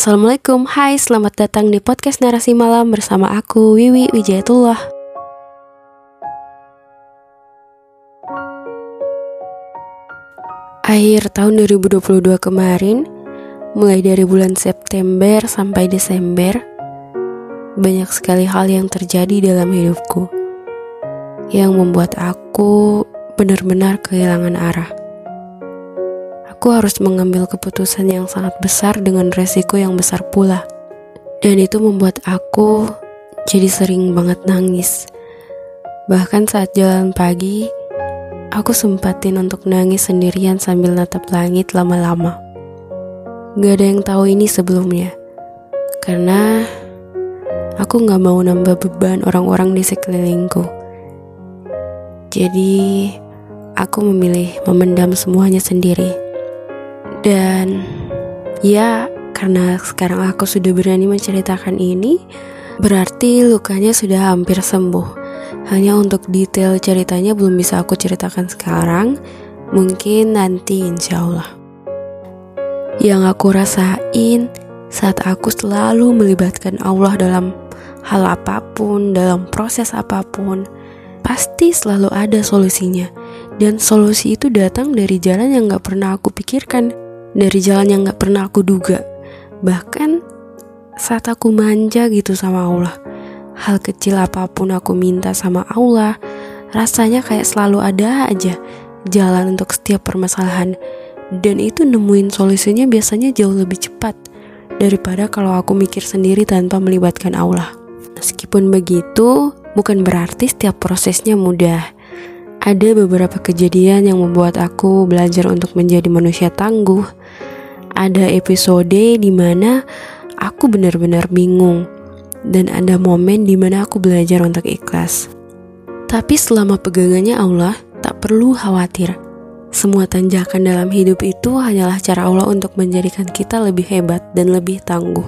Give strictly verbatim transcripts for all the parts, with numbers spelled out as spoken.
Assalamualaikum, hai selamat datang di podcast Narasi Malam bersama aku Wiwi Wijayatullah. Akhir tahun dua ribu dua puluh dua kemarin, mulai dari bulan September sampai Desember, banyak sekali hal yang terjadi dalam hidupku yang membuat aku benar-benar kehilangan arah. Aku harus mengambil keputusan yang sangat besar dengan resiko yang besar pula. Dan itu membuat aku jadi sering banget nangis. Bahkan saat jalan pagi, aku sempatin untuk nangis sendirian sambil natap langit lama-lama. Gak ada yang tahu ini sebelumnya. Karena aku gak mau nambah beban orang-orang di sekelilingku. Jadi, aku memilih memendam semuanya sendiri. Dan ya, karena sekarang aku sudah berani menceritakan ini, berarti lukanya sudah hampir sembuh. Hanya untuk detail ceritanya belum bisa aku ceritakan sekarang, mungkin nanti insya Allah. Yang aku rasain saat aku selalu melibatkan Allah dalam hal apapun, dalam proses apapun, pasti selalu ada solusinya. Dan solusi itu datang dari jalan yang gak pernah aku pikirkan, dari jalan yang gak pernah aku duga. Bahkan saat aku manja gitu sama Allah, hal kecil apapun aku minta sama Allah, rasanya kayak selalu ada aja jalan untuk setiap permasalahan. Dan itu nemuin solusinya biasanya jauh lebih cepat daripada kalau aku mikir sendiri tanpa melibatkan Allah. Meskipun begitu, bukan berarti setiap prosesnya mudah. Ada beberapa kejadian yang membuat aku belajar untuk menjadi manusia tangguh. Ada episode di mana aku benar-benar bingung, dan ada momen di mana aku belajar untuk ikhlas. Tapi selama pegangannya Allah, tak perlu khawatir. Semua tanjakan dalam hidup itu hanyalah cara Allah untuk menjadikan kita lebih hebat dan lebih tangguh.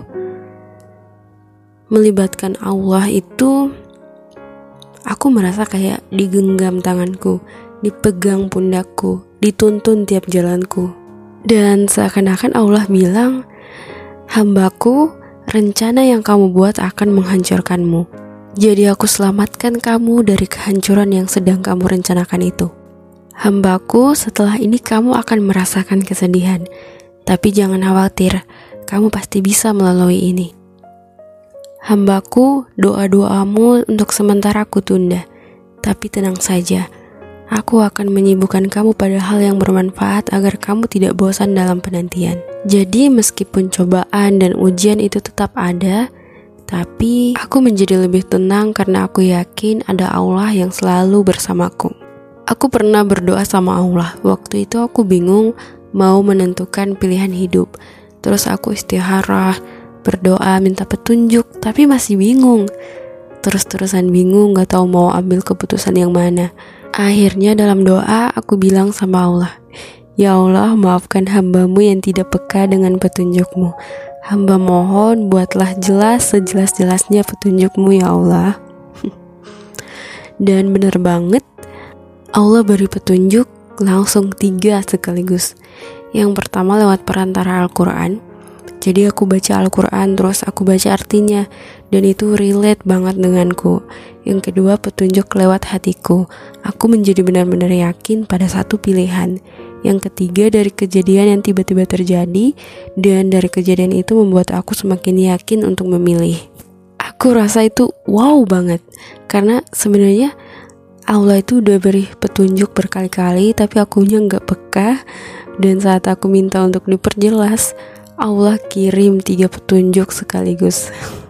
Melibatkan Allah itu, aku merasa kayak digenggam tanganku, dipegang pundakku, dituntun tiap jalanku. Dan seakan-akan Allah bilang, hambaku, rencana yang kamu buat akan menghancurkanmu. Jadi aku selamatkan kamu dari kehancuran yang sedang kamu rencanakan itu. Hambaku, setelah ini kamu akan merasakan kesedihan. Tapi jangan khawatir, kamu pasti bisa melalui ini. Hambaku, doa-doamu untuk sementara aku tunda. Tapi tenang saja, aku akan menyibukkan kamu pada hal yang bermanfaat agar kamu tidak bosan dalam penantian. Jadi meskipun cobaan dan ujian itu tetap ada, tapi aku menjadi lebih tenang karena aku yakin ada Allah yang selalu bersamaku. Aku pernah berdoa sama Allah. Waktu itu aku bingung mau menentukan pilihan hidup. Terus aku istikharah, berdoa minta petunjuk, tapi masih bingung. Terus-terusan bingung, gak tahu mau ambil keputusan yang mana. Akhirnya dalam doa aku bilang sama Allah, ya Allah, maafkan hambamu yang tidak peka dengan petunjukmu. Hamba mohon buatlah jelas sejelas-jelasnya petunjukmu ya Allah. Dan bener banget, Allah beri petunjuk langsung tiga sekaligus. Yang pertama lewat perantara Al-Quran. Jadi aku baca Al-Quran, terus aku baca artinya, dan itu relate banget denganku. Yang kedua, petunjuk lewat hatiku. Aku menjadi benar-benar yakin pada satu pilihan. Yang ketiga, dari kejadian yang tiba-tiba terjadi, dan dari kejadian itu membuat aku semakin yakin untuk memilih. Aku rasa itu wow banget, karena sebenarnya Allah itu udah beri petunjuk berkali-kali, tapi akunya gak peka. Dan saat aku minta untuk diperjelas, Allah kirim tiga petunjuk sekaligus.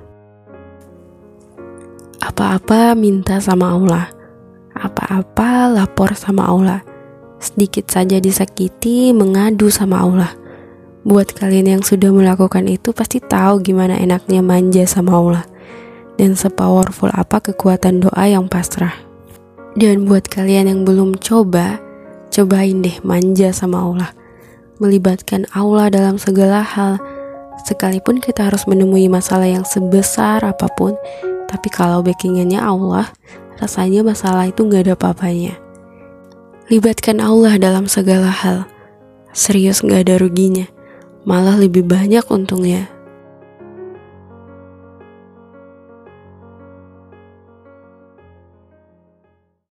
Apa-apa minta sama Allah, apa-apa lapor sama Allah, sedikit saja disakiti mengadu sama Allah. Buat kalian yang sudah melakukan itu pasti tahu gimana enaknya manja sama Allah, dan sepowerful apa kekuatan doa yang pasrah. Dan buat kalian yang belum coba, cobain deh manja sama Allah, melibatkan Allah dalam segala hal. Sekalipun kita harus menemui masalah yang sebesar apapun, tapi kalau backingannya Allah, rasanya masalah itu gak ada apa-apanya. Libatkan Allah dalam segala hal, serius gak ada ruginya, malah lebih banyak untungnya.